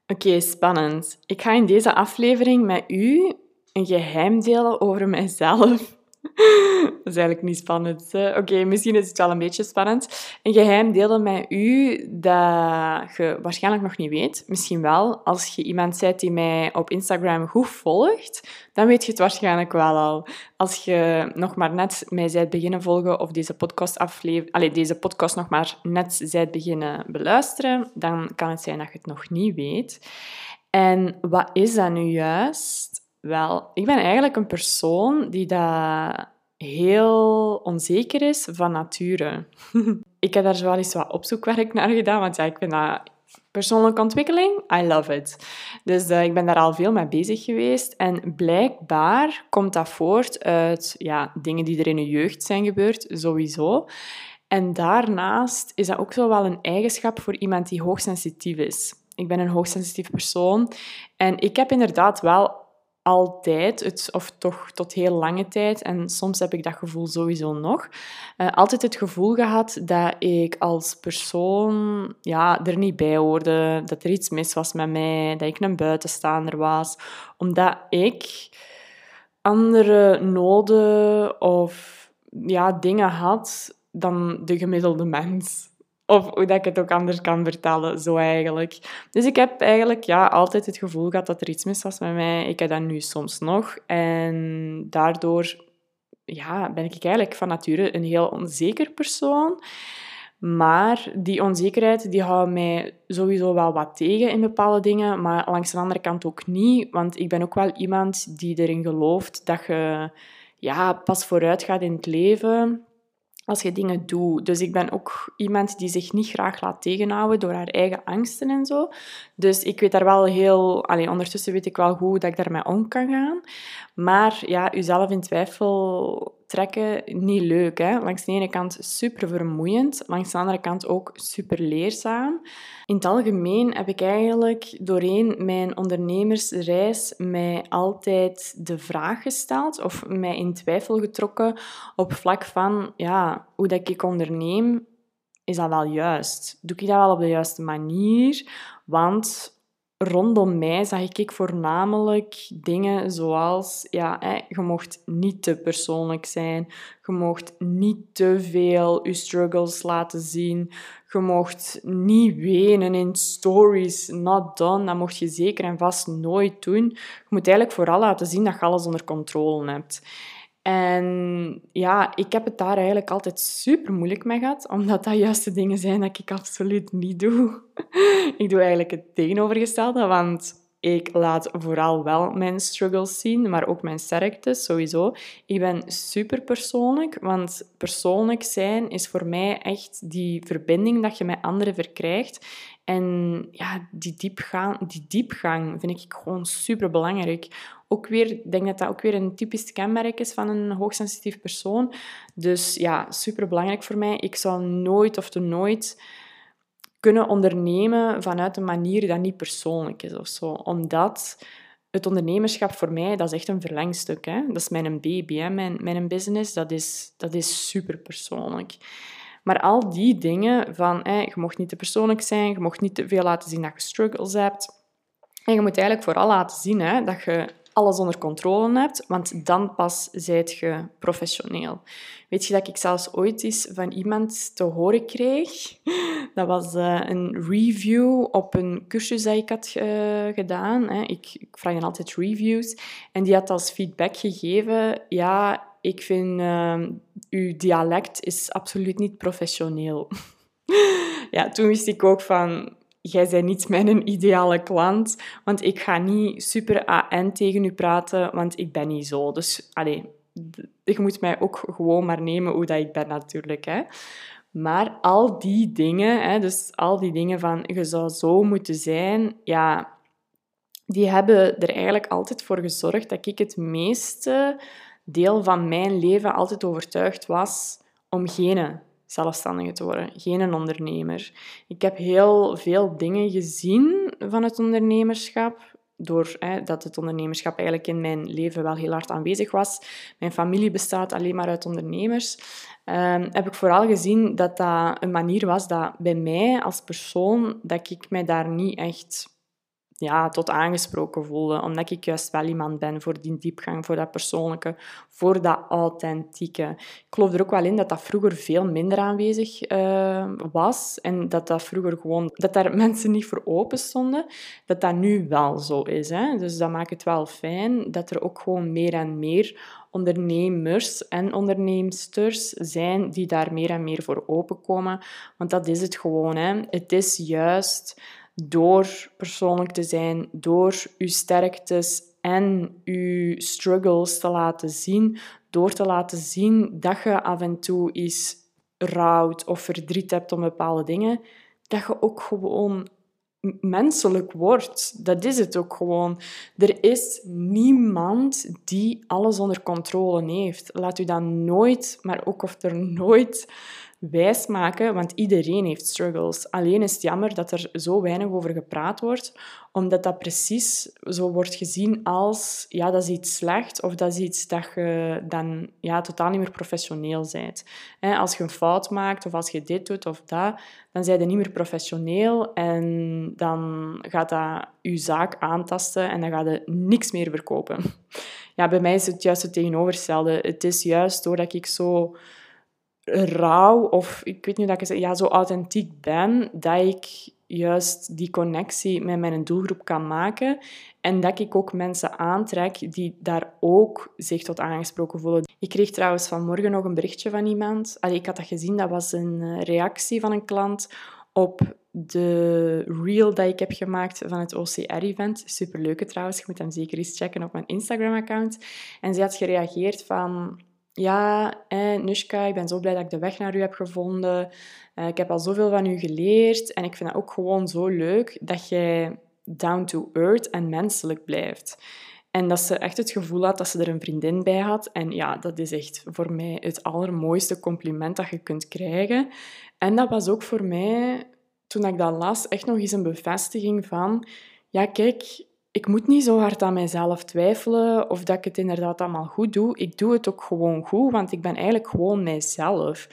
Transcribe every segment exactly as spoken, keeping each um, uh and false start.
Oké, spannend. Ik ga in deze aflevering met u een geheim delen over mijzelf. Dat is eigenlijk niet spannend. Hè? Oké, misschien is het wel een beetje spannend. Een geheim delen met u dat je waarschijnlijk nog niet weet. Misschien wel. Als je iemand bent die mij op Instagram goed volgt, dan weet je het waarschijnlijk wel al. Als je nog maar net mij bent beginnen volgen of deze podcast, aflever... Allee, deze podcast nog maar net bent beginnen beluisteren, dan kan het zijn dat je het nog niet weet. En wat is dat nu juist? Wel, ik ben eigenlijk een persoon die dat heel onzeker is van nature. Ik heb daar zo wel eens wat opzoekwerk naar gedaan, want ja, ik vind dat persoonlijke ontwikkeling, I love it. Dus uh, ik ben daar al veel mee bezig geweest. En blijkbaar komt dat voort uit ja, dingen die er in je jeugd zijn gebeurd, sowieso. En daarnaast is dat ook zo wel een eigenschap voor iemand die hoogsensitief is. Ik ben een hoogsensitief persoon en ik heb inderdaad wel altijd, het, of toch tot heel lange tijd, en soms heb ik dat gevoel sowieso nog, uh, altijd het gevoel gehad dat ik als persoon ja, er niet bij hoorde, dat er iets mis was met mij, dat ik een buitenstaander was, omdat ik andere noden of ja, dingen had dan de gemiddelde mens. Of hoe dat ik het ook anders kan vertellen, zo eigenlijk. Dus ik heb eigenlijk ja, altijd het gevoel gehad dat er iets mis was met mij. Ik heb dat nu soms nog. En daardoor ja, ben ik eigenlijk van nature een heel onzeker persoon. Maar die onzekerheid die houdt mij sowieso wel wat tegen in bepaalde dingen. Maar langs de andere kant ook niet. Want ik ben ook wel iemand die erin gelooft dat je ja, pas vooruit gaat in het leven als je dingen doet. Dus ik ben ook iemand die zich niet graag laat tegenhouden door haar eigen angsten en zo. Dus ik weet daar wel heel... Allee, ondertussen weet ik wel goed dat ik daarmee om kan gaan. Maar ja, jezelf in twijfel trekken, niet leuk. Hè? Langs de ene kant super vermoeiend, langs de andere kant ook super leerzaam. In het algemeen heb ik eigenlijk doorheen mijn ondernemersreis mij altijd de vraag gesteld of mij in twijfel getrokken op vlak van ja, hoe dat ik onderneem, is dat wel juist? Doe ik dat wel op de juiste manier? Want rondom mij zag ik voornamelijk dingen zoals, ja, hè, je mocht niet te persoonlijk zijn, je mocht niet te veel je struggles laten zien, je mocht niet wenen in stories, not done, dat mocht je zeker en vast nooit doen. Je moet eigenlijk vooral laten zien dat je alles onder controle hebt. En ja, ik heb het daar eigenlijk altijd super moeilijk mee gehad, omdat dat juist de dingen zijn dat ik absoluut niet doe. Ik doe eigenlijk het tegenovergestelde, want ik laat vooral wel mijn struggles zien, maar ook mijn sterktes, sowieso. Ik ben super persoonlijk, want persoonlijk zijn is voor mij echt die verbinding dat je met anderen verkrijgt. En ja, die diepgang, die diepgang vind ik gewoon super belangrijk. Ook weer, ik denk dat dat ook weer een typisch kenmerk is van een hoogsensitief persoon. Dus ja, super belangrijk voor mij. Ik zou nooit of te nooit kunnen ondernemen vanuit een manier dat niet persoonlijk is of zo. Omdat het ondernemerschap voor mij, dat is echt een verlengstuk. Hè? Dat is mijn baby, hè? Mijn, mijn business, dat is, dat is super persoonlijk. Maar al die dingen van, hè, je mocht niet te persoonlijk zijn, je mocht niet te veel laten zien dat je struggles hebt. En je moet eigenlijk vooral laten zien hè, dat je alles onder controle hebt, want dan pas zijt je professioneel. Weet je dat ik zelfs ooit eens van iemand te horen kreeg? Dat was uh, een review op een cursus dat ik had uh, gedaan. Hè. Ik, ik vraag dan altijd reviews. En die had als feedback gegeven, ja, ik vind uh, uw dialect is absoluut niet professioneel. Ja, toen wist ik ook van... Jij bent niet mijn ideale klant, want ik ga niet super A N tegen u praten, want ik ben niet zo. Dus, allee, je moet mij ook gewoon maar nemen hoe dat ik ben natuurlijk. Hè. Maar al die dingen, hè, dus al die dingen van je zou zo moeten zijn, ja, die hebben er eigenlijk altijd voor gezorgd dat ik het meeste deel van mijn leven altijd overtuigd was om geen zelfstandige te worden, geen ondernemer. Ik heb heel veel dingen gezien van het ondernemerschap, doordat het ondernemerschap eigenlijk in mijn leven wel heel hard aanwezig was. Mijn familie bestaat alleen maar uit ondernemers. Um, heb ik vooral gezien dat dat een manier was dat bij mij als persoon, dat ik mij daar niet echt ja, tot aangesproken voelde. Omdat ik juist wel iemand ben voor die diepgang, voor dat persoonlijke, voor dat authentieke. Ik geloof er ook wel in dat dat vroeger veel minder aanwezig uh, was. En dat dat vroeger gewoon... Dat daar mensen niet voor open stonden. Dat dat nu wel zo is. Hè? Dus dat maakt het wel fijn dat er ook gewoon meer en meer ondernemers en onderneemsters zijn die daar meer en meer voor openkomen. Want dat is het gewoon. Hè? Het is juist door persoonlijk te zijn, door uw sterktes en uw struggles te laten zien, door te laten zien dat je af en toe eens rouwt of verdriet hebt om bepaalde dingen, dat je ook gewoon menselijk wordt. Dat is het ook gewoon. Er is niemand die alles onder controle heeft. Laat u dat nooit, maar ook of er nooit wijsmaken, want iedereen heeft struggles. Alleen is het jammer dat er zo weinig over gepraat wordt, omdat dat precies zo wordt gezien als, ja, dat is iets slecht, of dat is iets dat je dan ja, totaal niet meer professioneel bent. Als je een fout maakt, of als je dit doet of dat, dan ben je niet meer professioneel en dan gaat dat je zaak aantasten en dan ga je niks meer verkopen. Ja, bij mij is het juist het tegenovergestelde. Het is juist doordat ik zo rauw, of ik weet niet hoe dat ik het zeg, ja, zo authentiek ben, dat ik juist die connectie met mijn doelgroep kan maken en dat ik ook mensen aantrek die daar ook zich tot aangesproken voelen. Ik kreeg trouwens vanmorgen nog een berichtje van iemand. Allee, ik had dat gezien, dat was een reactie van een klant op de reel dat ik heb gemaakt van het O C R-event. Superleuke trouwens, je moet hem zeker eens checken op mijn Instagram-account. En ze had gereageerd van... Ja, eh, Nushka, ik ben zo blij dat ik de weg naar u heb gevonden. Uh, ik heb al zoveel van u geleerd. En ik vind het ook gewoon zo leuk dat jij down to earth en menselijk blijft. En dat ze echt het gevoel had dat ze er een vriendin bij had. En ja, dat is echt voor mij het allermooiste compliment dat je kunt krijgen. En dat was ook voor mij, toen ik dat las, echt nog eens een bevestiging van... Ja, kijk... Ik moet niet zo hard aan mijzelf twijfelen of dat ik het inderdaad allemaal goed doe. Ik doe het ook gewoon goed, want ik ben eigenlijk gewoon mijzelf.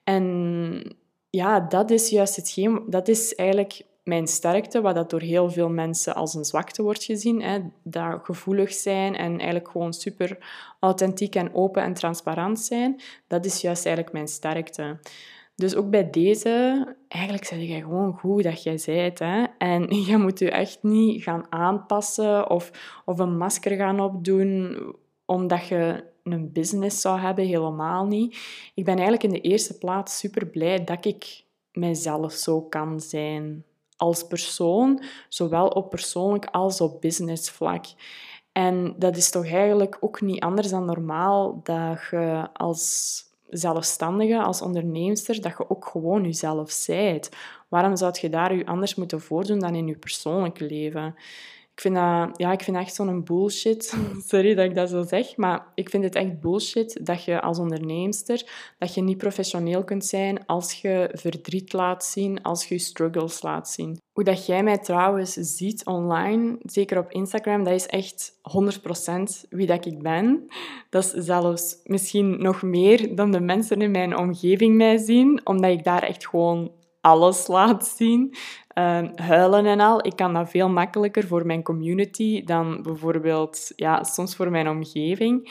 En ja, dat is juist hetgeen... Dat is eigenlijk mijn sterkte, wat dat door heel veel mensen als een zwakte wordt gezien. Hè. Dat gevoelig zijn en eigenlijk gewoon super authentiek en open en transparant zijn. Dat is juist eigenlijk mijn sterkte. Dus ook bij deze, eigenlijk zeg jij gewoon goed dat jij zijt. Hè? En je moet je echt niet gaan aanpassen of, of een masker gaan opdoen omdat je een business zou hebben, helemaal niet. Ik ben eigenlijk in de eerste plaats super blij dat ik mijzelf zo kan zijn. Als persoon, zowel op persoonlijk als op businessvlak. En dat is toch eigenlijk ook niet anders dan normaal dat je als... zelfstandige, als onderneemster, dat je ook gewoon jezelf zijt. Waarom zou je daar je anders moeten voordoen dan in je persoonlijke leven? Ik vind dat, ja, ik vind dat echt zo'n bullshit. Sorry dat ik dat zo zeg, maar ik vind het echt bullshit dat je als onderneemster, dat je niet professioneel kunt zijn als je verdriet laat zien, als je je struggles laat zien. Hoe dat jij mij trouwens ziet online, zeker op Instagram, dat is echt honderd procent wie dat ik ben. Dat is zelfs misschien nog meer dan de mensen in mijn omgeving mij zien, omdat ik daar echt gewoon alles laat zien. Uh, huilen en al. Ik kan dat veel makkelijker voor mijn community dan bijvoorbeeld ja, soms voor mijn omgeving.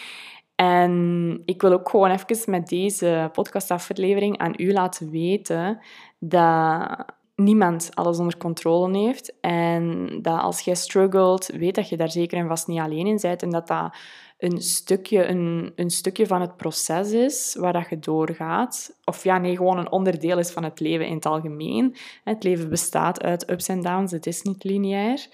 En ik wil ook gewoon even met deze podcastaflevering aan u laten weten dat niemand alles onder controle heeft. En dat als jij struggelt, weet dat je daar zeker en vast niet alleen in bent. En dat dat een stukje, een, een stukje van het proces is waar dat je doorgaat. Of ja, nee, gewoon een onderdeel is van het leven in het algemeen. Het leven bestaat uit ups en downs, het is niet lineair.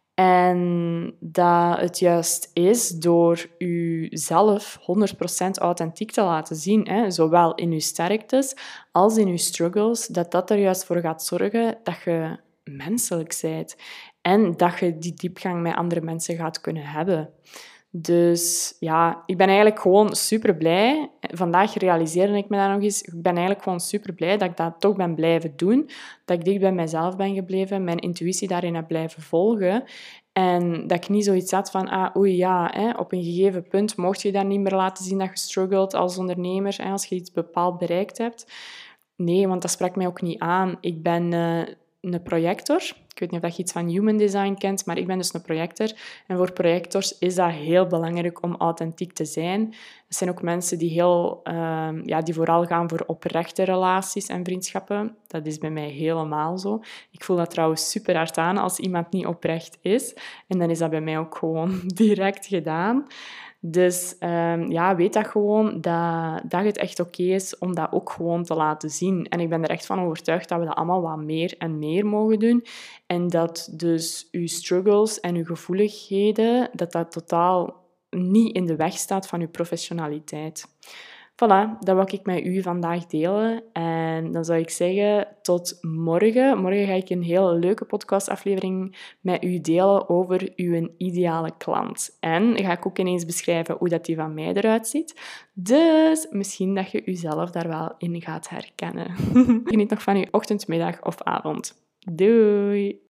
En dat het juist is door jezelf honderd procent authentiek te laten zien, hè, zowel in je sterktes als in je struggles, dat dat er juist voor gaat zorgen dat je menselijk bent. En dat je die diepgang met andere mensen gaat kunnen hebben. Dus ja, ik ben eigenlijk gewoon super blij. Vandaag realiseerde ik me dat nog eens. Ik ben eigenlijk gewoon super blij dat ik dat toch ben blijven doen. Dat ik dicht bij mezelf ben gebleven, mijn intuïtie daarin heb blijven volgen. En dat ik niet zoiets had van, ah, oei ja, hè, op een gegeven punt mocht je dan niet meer laten zien dat je struggelt als ondernemer, hè, als je iets bepaald bereikt hebt. Nee, want dat sprak mij ook niet aan. Ik ben... Uh, een projector. Ik weet niet of je iets van human design kent, maar ik ben dus een projector. En voor projectors is dat heel belangrijk om authentiek te zijn. Dat zijn ook mensen die, heel, uh, ja, die vooral gaan voor oprechte relaties en vriendschappen. Dat is bij mij helemaal zo. Ik voel dat trouwens super hard aan als iemand niet oprecht is. En dan is dat bij mij ook gewoon direct gedaan. Dus um, ja, weet dat gewoon, dat, dat het echt oké is om dat ook gewoon te laten zien. En ik ben er echt van overtuigd dat we dat allemaal wat meer en meer mogen doen. En dat dus uw struggles en uw gevoeligheden, dat dat totaal niet in de weg staat van uw professionaliteit. Voilà, dat wil ik met u vandaag delen. En dan zou ik zeggen, tot morgen. Morgen ga ik een heel leuke podcastaflevering met u delen over uw ideale klant. En ga ik ook ineens beschrijven hoe dat die van mij eruit ziet. Dus misschien dat je uzelf daar wel in gaat herkennen. Geniet nog van uw ochtend, middag of avond. Doei!